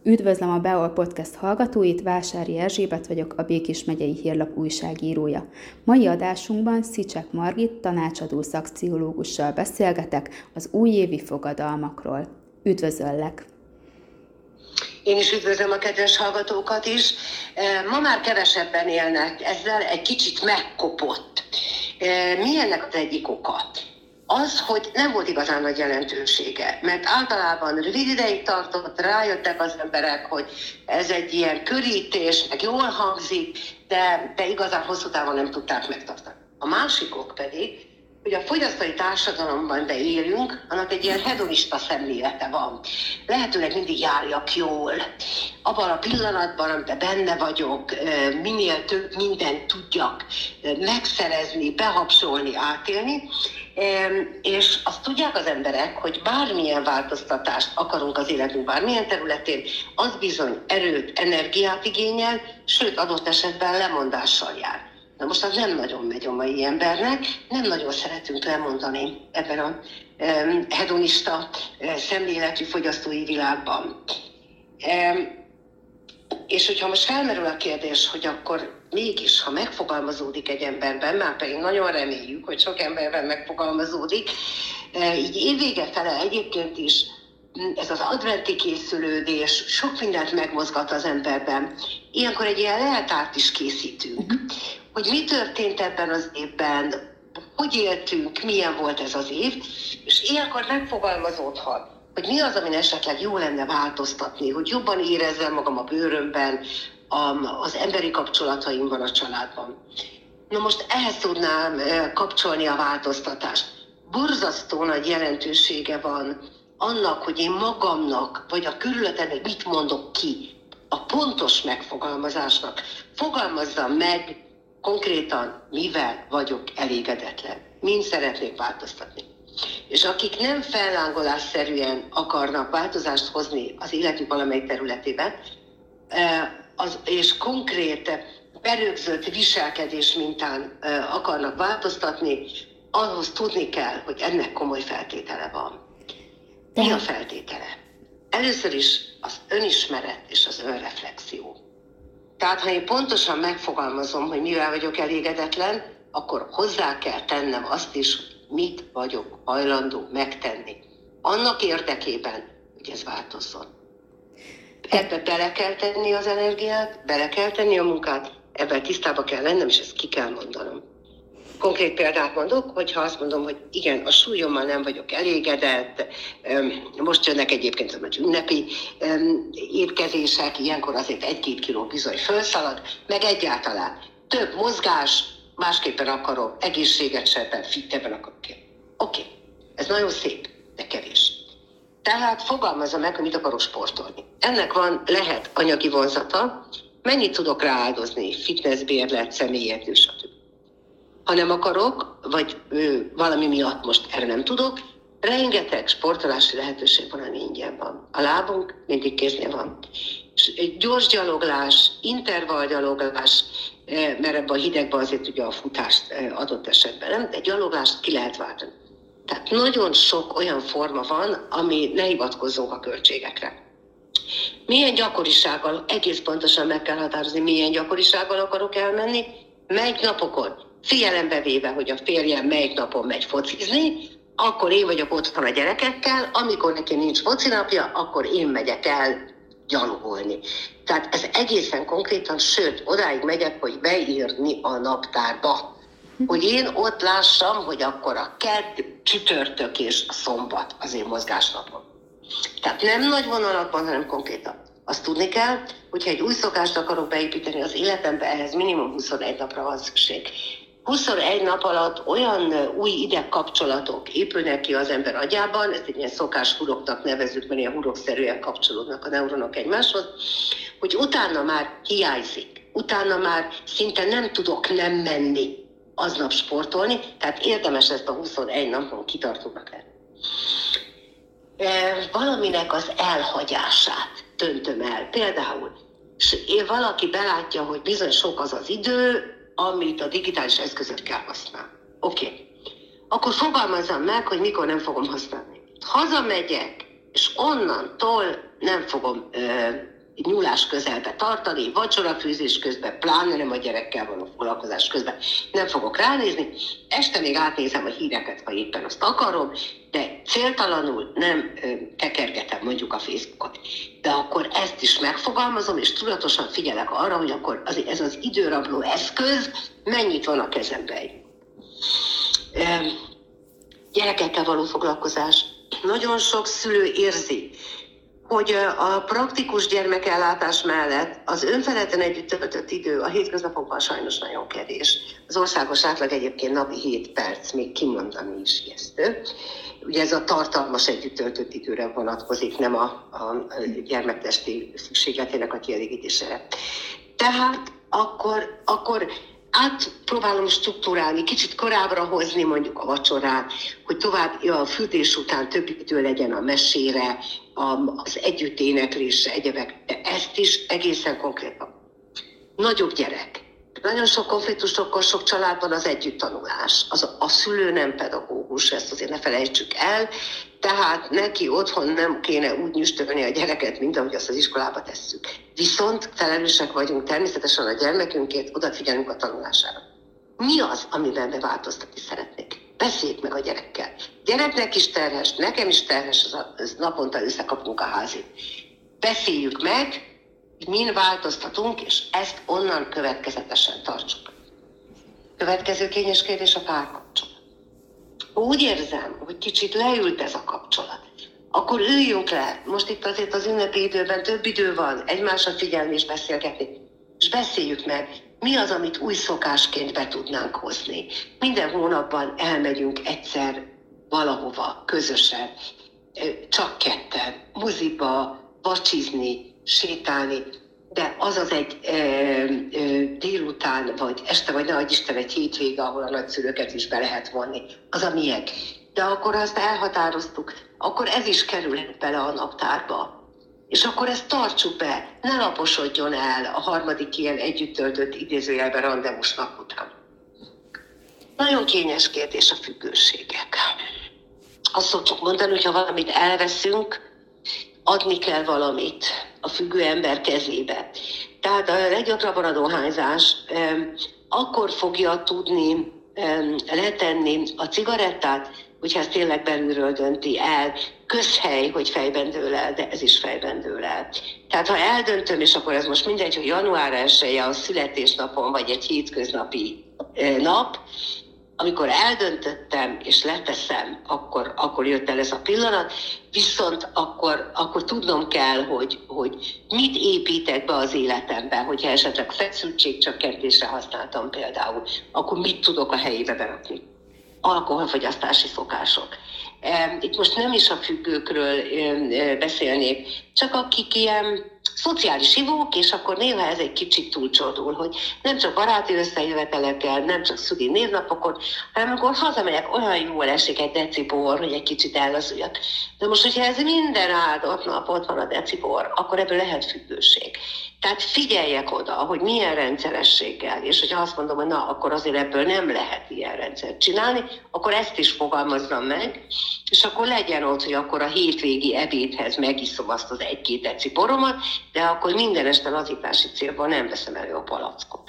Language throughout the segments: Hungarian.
Üdvözlöm a Beol Podcast hallgatóit, Vásári Erzsébet vagyok, a Békés megyei Hírlap újságírója. Mai adásunkban Szicsek Margit tanácsadó szakpszichológussal beszélgetek az újévi fogadalmakról. Üdvözöllek! Én is üdvözlöm a kedves hallgatókat is. Ma már kevesebben élnek, ezzel egy kicsit megkopott. Mi ennek az egyik oka? Az, hogy nem volt igazán nagy jelentősége, mert általában rövid ideig tartott, rájöttek az emberek, hogy ez egy ilyen körítés, meg jól hangzik, de igazán hosszú távon nem tudták megtartani. A másik ok pedig, hogy a fogyasztói társadalomban de élünk, annak egy ilyen hedonista szemlélete van. Lehetőleg mindig járjak jól. Abban a pillanatban, amiben benne vagyok, minél több mindent tudjak megszerezni, behapsolni, átélni, és azt tudják az emberek, hogy bármilyen változtatást akarunk az életünk bármilyen területén, az bizony erőt, energiát igényel, sőt adott esetben lemondással jár. Na most az nem nagyon megy a mai embernek, nem nagyon szeretünk lemondani ebben a hedonista szemléletű fogyasztói világban. És hogyha most felmerül a kérdés, hogy akkor mégis, ha megfogalmazódik egy emberben, már pedig nagyon reméljük, hogy sok emberben megfogalmazódik, így évvége fele egyébként is ez az adventi készülődés sok mindent megmozgat az emberben. Ilyenkor egy ilyen leltárt is készítünk, hogy mi történt ebben az évben, hogy éltünk, milyen volt ez az év, és ilyenkor megfogalmazódhat, hogy mi az, amin esetleg jó lenne változtatni, hogy jobban érezzem magam a bőrömben, az emberi kapcsolataimban, a családban. Na most ehhez tudnám kapcsolni a változtatást. Borzasztó nagy jelentősége van annak, hogy én magamnak, vagy a körülöttemnek mit mondok ki, a pontos megfogalmazásnak. Fogalmazzam meg konkrétan, mivel vagyok elégedetlen, mind szeretnék változtatni. És akik nem fellángolásszerűen akarnak változást hozni az életük valamelyik területében, és konkrét, berögzött viselkedés mintán akarnak változtatni, ahhoz tudni kell, hogy ennek komoly feltétele van. Mi a feltétele? Először is az önismeret és az önreflexió. Tehát, ha én pontosan megfogalmazom, hogy mivel vagyok elégedetlen, akkor hozzá kell tennem azt is, hogy mit vagyok hajlandó megtenni. Annak érdekében, hogy ez változzon. Ebbe bele kell tenni az energiát, bele kell tenni a munkát, ebben tisztába kell lennem, és ezt ki kell mondanom. Konkrét példát mondok, hogyha azt mondom, hogy igen, a súlyommal nem vagyok elégedett, most jönnek egyébként a nagy ünnepi étkezések, ilyenkor azért 1-2 kiló bizony felszalad, meg egyáltalán több mozgás, másképpen akarok, egészségesebben, fittebben akarok. Oké, ez nagyon szép, de kevés. Tehát fogalmazza meg, hogy mit akarok sportolni. Ennek lehet anyagi vonzata, mennyit tudok rááldozni, fitnessbérlet, személyedző, stb. Ha nem akarok, vagy valami miatt most erre nem tudok, rengeteg sportolási lehetőség van, ami ingyen van. A lábunk mindig kéznél van. Gyors gyaloglás, intervallgyaloglás, mert ebben a hidegben azért ugye a futást adott esetben nem, de gyaloglást ki lehet váltani. Tehát nagyon sok olyan forma van, ami ne hivatkozzunk a költségekre. Milyen gyakorisággal, egész pontosan meg kell határozni, milyen gyakorisággal akarok elmenni, melyik napokon. Figyelembe véve, hogy a férjem melyik napon megy focizni, akkor én vagyok otthon a gyerekekkel, amikor neki nincs focinapja, akkor én megyek el gyalogolni. Tehát ez egészen konkrétan, sőt, odáig megyek, hogy beírni a naptárba. Hogy én ott lássam, hogy akkor a kedd, csütörtök és a szombat az én mozgásnapom. Tehát nem nagy vonalakban, hanem konkrétan. Azt tudni kell, hogyha egy új szokást akarok beépíteni az életembe, ehhez minimum 21 napra van szükség. 21 nap alatt olyan új idegkapcsolatok épülnek ki az ember agyában, ezt egy ilyen szokáshuroknak nevezzük, mert ilyen hurokszerűen kapcsolódnak a neuronok egymáshoz, hogy utána már hiányzik, utána már szinte nem tudok nem menni aznap sportolni, tehát érdemes ezt a 21 napon kitartónak lenni. Valaminek az elhagyását döntöm el. Például valaki belátja, hogy bizony sok az az idő, amit a digitális eszközökkel használ. Oké. Akkor fogalmazzam meg, hogy mikor nem fogom használni. Hazamegyek, és onnantól nem fogom nyúlás közelbe tartani, vacsorafőzés közben, pláne nem a gyerekkel való foglalkozás közben nem fogok ránézni. Este még átnézem a híreket, ha éppen azt akarom, de céltalanul nem tekergetem mondjuk a Facebookot. De akkor ezt is megfogalmazom, és tudatosan figyelek arra, hogy akkor ez az időrabló eszköz mennyit van a kezemben. Gyerekekkel való foglalkozás. Nagyon sok szülő érzi, hogy a praktikus gyermekellátás mellett az önfeledten együtt töltött idő a hétköznapokban sajnos nagyon kevés. Az országos átlag egyébként napi 7 perc, még kimondani is ijesztő. Ugye ez a tartalmas együtt töltött időre vonatkozik, nem a gyermektesti szükségletének a kielégítésére. Tehát akkor átpróbálom struktúrálni, kicsit korábbra hozni mondjuk a vacsorát, hogy tovább a fürdés után több idő legyen a mesére, az együtténeklésre, egyebek, de ezt is egészen konkrétan. Nagyobb gyerek. Nagyon sok konfliktusokkor sok családban az együttanulás. A szülő nem pedagógus, ezt azért ne felejtsük el, tehát neki otthon nem kéne úgy nyüstölni a gyereket, mint ahogy azt az iskolába tesszük. Viszont felelősek vagyunk természetesen a gyermekünkért, odafigyelünk a tanulására. Mi az, amiben beváltoztatni szeretnék? Beszéljük meg a gyerekkel. Gyereknek is terhes, nekem is terhes, az naponta összekapunk a házit. Beszéljük meg, min változtatunk, és ezt onnan következetesen tartsuk. Következő kényes kérdés a párkapcsolat. Úgy érzem, hogy kicsit leült ez a kapcsolat. Akkor üljünk le, most itt azért az ünnepi időben több idő van, egymásra figyelni és beszélgetni, és beszéljük meg, mi az, amit új szokásként be tudnánk hozni. Minden hónapban elmegyünk egyszer valahova, közösen, csak ketten, moziba, vacsizni, sétálni, de az egy délután, vagy este, vagy ne adj Isten, egy hétvége, ahol a nagyszülőket is be lehet vonni, az a miénk. De akkor azt elhatároztuk, akkor ez is kerülhet bele a naptárba. És akkor ezt tartsuk be, ne laposodjon el a harmadik ilyen együtt töltött idézőjelben randevús nap után. Nagyon kényes kérdés a függőségek. Azt szoktuk mondani, hogy ha valamit elveszünk, adni kell valamit a függő ember kezébe. Tehát a leggyakrabban a dohányzás akkor fogja tudni letenni a cigarettát, hogyha ez tényleg belülről dönti el. Közhely, hogy fejben dől el, de ez is fejben dől el. Tehát ha eldöntöm, és akkor ez most mindegy, hogy január 1-e a születésnapon, vagy egy hétköznapi nap, amikor eldöntöttem és leteszem, akkor jött el ez a pillanat, viszont akkor tudnom kell, hogy mit építek be az életembe, hogyha esetleg feszültségcsökkentésre használtam például, akkor mit tudok a helyébe berakni. Alkoholfogyasztási szokások. Itt most nem is a függőkről beszélnék, csak akik ilyen szociális hívók, és akkor néha ez egy kicsit túlcsordul, hogy nem csak baráti összejövetelekkel, nem csak szüli névnapokon, hanem amikor hazamegyek, olyan jól esik egy decibor, hogy egy kicsit ellazuljak. De most, hogyha ez minden áldott nap ott van a decibor, akkor ebből lehet függőség. Tehát figyeljek oda, hogy milyen rendszerességgel, és hogyha azt mondom, hogy na, akkor azért ebből nem lehet ilyen rendszert csinálni, akkor ezt is fogalmazzam meg, és akkor legyen ott, hogy akkor a hétvégi ebédhez megiszom azt az 1-2 deciboromat, de akkor minden este lazítási célból nem veszem elő a palackot.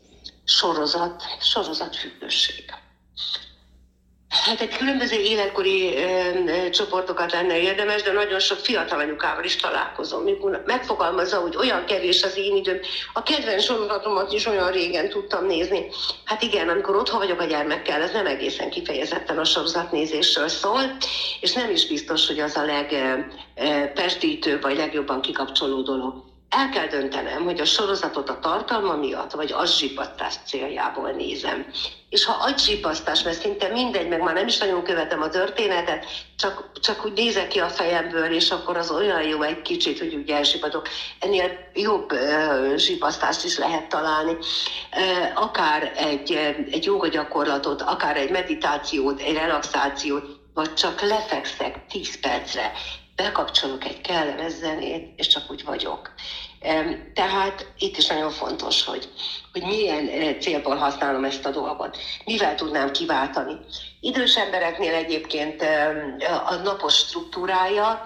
Sorozat függőség. Hát egy különböző életkori csoportokat lenne érdemes, de nagyon sok fiatal anyukával is találkozom. Mikor megfogalmazza, hogy olyan kevés az én időm, a kedvenc sorozatomat is olyan régen tudtam nézni. Hát igen, amikor otthon vagyok a gyermekkel, ez nem egészen kifejezetten a sorozatnézésről szól, és nem is biztos, hogy az a legpesdítőbb vagy legjobban kikapcsoló dolog. El kell döntenem, hogy a sorozatot a tartalma miatt, vagy agyzsippasztás céljából nézem. És ha agyzsippasztás, mert szinte mindegy, meg már nem is nagyon követem a történetet, csak úgy nézek ki a fejemből, és akkor az olyan jó egy kicsit, hogy úgy elzsippatok. Ennél jobb zsippasztást is lehet találni. Akár egy jógagyakorlatot, akár egy meditációt, egy relaxációt, vagy csak lefekszek 10 percre. Bekapcsolok egy kellemes zenét, és csak úgy vagyok. Tehát itt is nagyon fontos, hogy milyen célból használom ezt a dolgot. Mivel tudnám kiváltani. Idős embereknél egyébként a napos struktúrája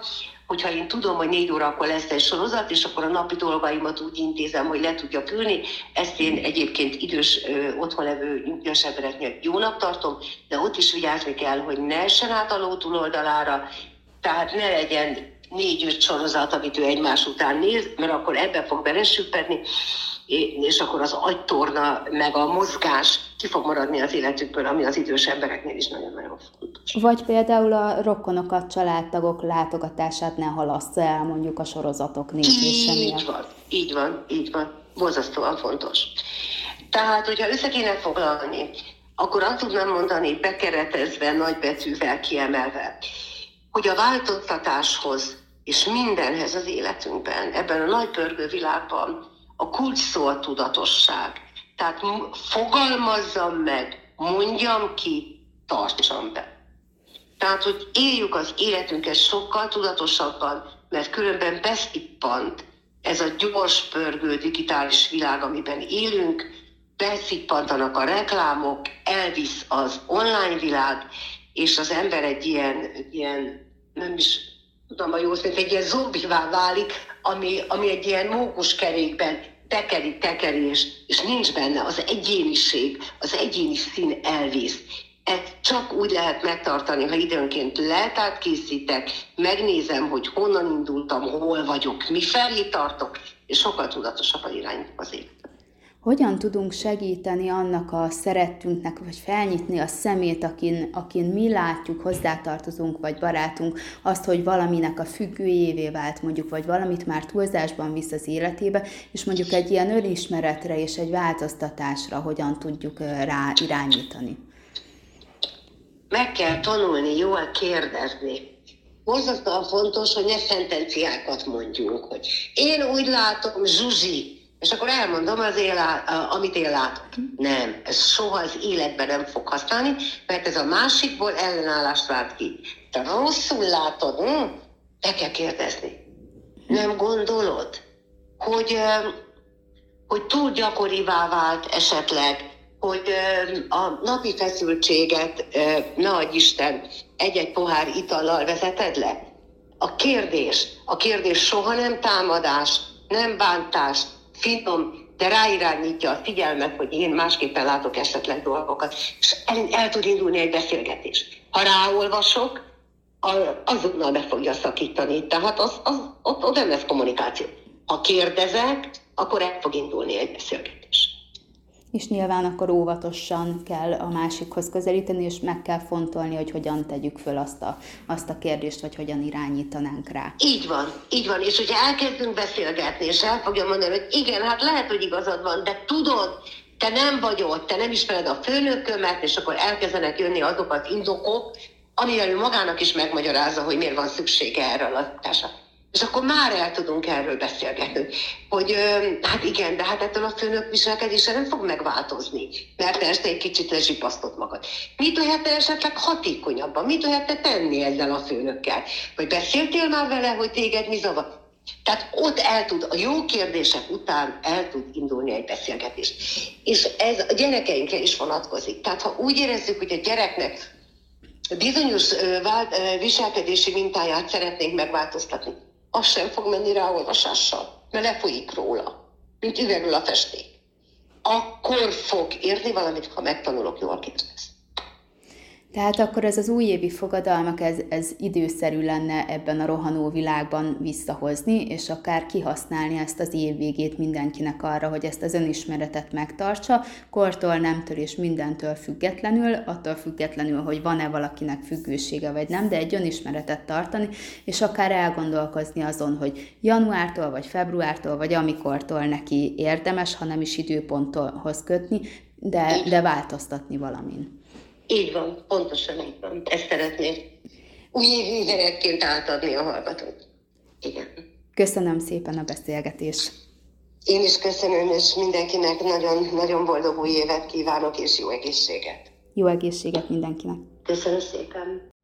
hogyha én tudom, hogy 4 órakor lesz egy sorozat, és akkor a napi dolgaimat úgy intézem, hogy le tudjak ülni. Ezt én egyébként idős, otthon levő nyugdíjas embereknek jónak tartom, de ott is vigyázni kell, hogy ne essen át a ló túloldalára, tehát ne legyen 4-5 sorozat, amit ő egymás után néz, mert akkor ebbe fog belesüppedni, és akkor az agytorna, meg a mozgás ki fog maradni az életükből, ami az idős embereknél is nagyon-nagyon fontos. Vagy például a rokonokat, családtagok látogatását ne halassza el mondjuk a sorozatok nézése miatt. Így van. Borzasztóan fontos. Tehát, hogyha össze kéne foglalni, akkor azt tudnám mondani, bekeretezve, nagybetűvel kiemelve, hogy a változtatáshoz és mindenhez az életünkben, ebben a nagy pörgő világban a kulcs szó a tudatosság. Tehát fogalmazzam meg, mondjam ki, tartsam be. Tehát, hogy éljük az életünket sokkal tudatosabban, mert különben beszippant ez a gyors pörgő digitális világ, amiben élünk, beszippantanak a reklámok, elvisz az online világ, és az ember egy ilyen nem is tudom a jó szerint, egy ilyen zombivá válik, ami egy ilyen mókuskerékben tekeri, és nincs benne az egyéniség, az egyéni szín elvész. Ezt csak úgy lehet megtartani, ha időnként leltárt készítek, megnézem, hogy honnan indultam, hol vagyok, mifelé tartok, és sokkal tudatosabban irányítom az életet. Hogyan tudunk segíteni annak a szerettünknek, vagy felnyitni a szemét, akin mi látjuk, hozzátartozunk, vagy barátunk, azt, hogy valaminek a függőjévé vált mondjuk, vagy valamit már túlzásban visz az életébe, és mondjuk egy ilyen önismeretre és egy változtatásra hogyan tudjuk rá irányítani? Meg kell tanulni jól kérdezni. Borzasztóan fontos, hogy ne szentenciákat mondjunk, hogy én úgy látom, Zsuzsi, és akkor elmondom amit én látok. Nem, ez soha az életben nem fog használni, mert ez a másikból ellenállást vált ki. Te rosszul látod, be kell kérdezni. Nem gondolod, hogy túl gyakorivá vált esetleg, hogy a napi feszültséget, ne adj Isten, egy-egy pohár itallal vezeted le? A kérdés soha nem támadás, nem bántás, finom, de ráirányítja a figyelmet, hogy én másképpen látok esetleg dolgokat, és el tud indulni egy beszélgetés. Ha ráolvasok, azonnal be fogja szakítani, tehát ott nem lesz kommunikáció. Ha kérdezek, akkor el fog indulni egy beszélgetés. És nyilván akkor óvatosan kell a másikhoz közelíteni, és meg kell fontolni, hogy hogyan tegyük föl azt a kérdést, vagy hogyan irányítanánk rá. Így van. És hogyha elkezdünk beszélgetni, és el fogja mondani, hogy igen, hát lehet, hogy igazad van, de tudod, te nem vagy ott, te nem ismered a főnökömet, és akkor elkezdenek jönni azok az indokok, amivel ő magának is megmagyarázza, hogy miért van szüksége erre a lazításra. És akkor már el tudunk erről beszélgetni, hogy hát igen, de hát ettől a főnök viselkedése nem fog megváltozni, mert te este egy kicsit lezsipasztott magad. Mit lehet te esetleg hatékonyabban? Mit lehet te tenni ezzel a főnökkel? Vagy beszéltél már vele, hogy téged mi zavar? Tehát ott a jó kérdések után el tud indulni egy beszélgetés. És ez a gyerekeinkre is vonatkozik. Tehát ha úgy érezzük, hogy a gyereknek bizonyos viselkedési mintáját szeretnénk megváltoztatni, az sem fog menni ráolvasással, mert lefolyik róla, mint üvegről a festék. Akkor fog érni valamit, ha megtanulok jól kérdezni. Tehát akkor ez az újévi fogadalmak, ez időszerű lenne ebben a rohanó világban visszahozni, és akár kihasználni ezt az év végét mindenkinek arra, hogy ezt az önismeretet megtartsa, kortól, nemtől és mindentől függetlenül, attól függetlenül, hogy van-e valakinek függősége vagy nem, de egy önismeretet tartani, és akár elgondolkozni azon, hogy januártól vagy februártól, vagy amikortól neki érdemes, ha nem is időponthoz kötni, de változtatni valamin. Így van, pontosan így van. Ezt szeretnék új üzenetként átadni a hallgatót. Igen. Köszönöm szépen a beszélgetést. Én is köszönöm, és mindenkinek nagyon boldog új évet kívánok, és jó egészséget. Jó egészséget mindenkinek. Köszönöm szépen.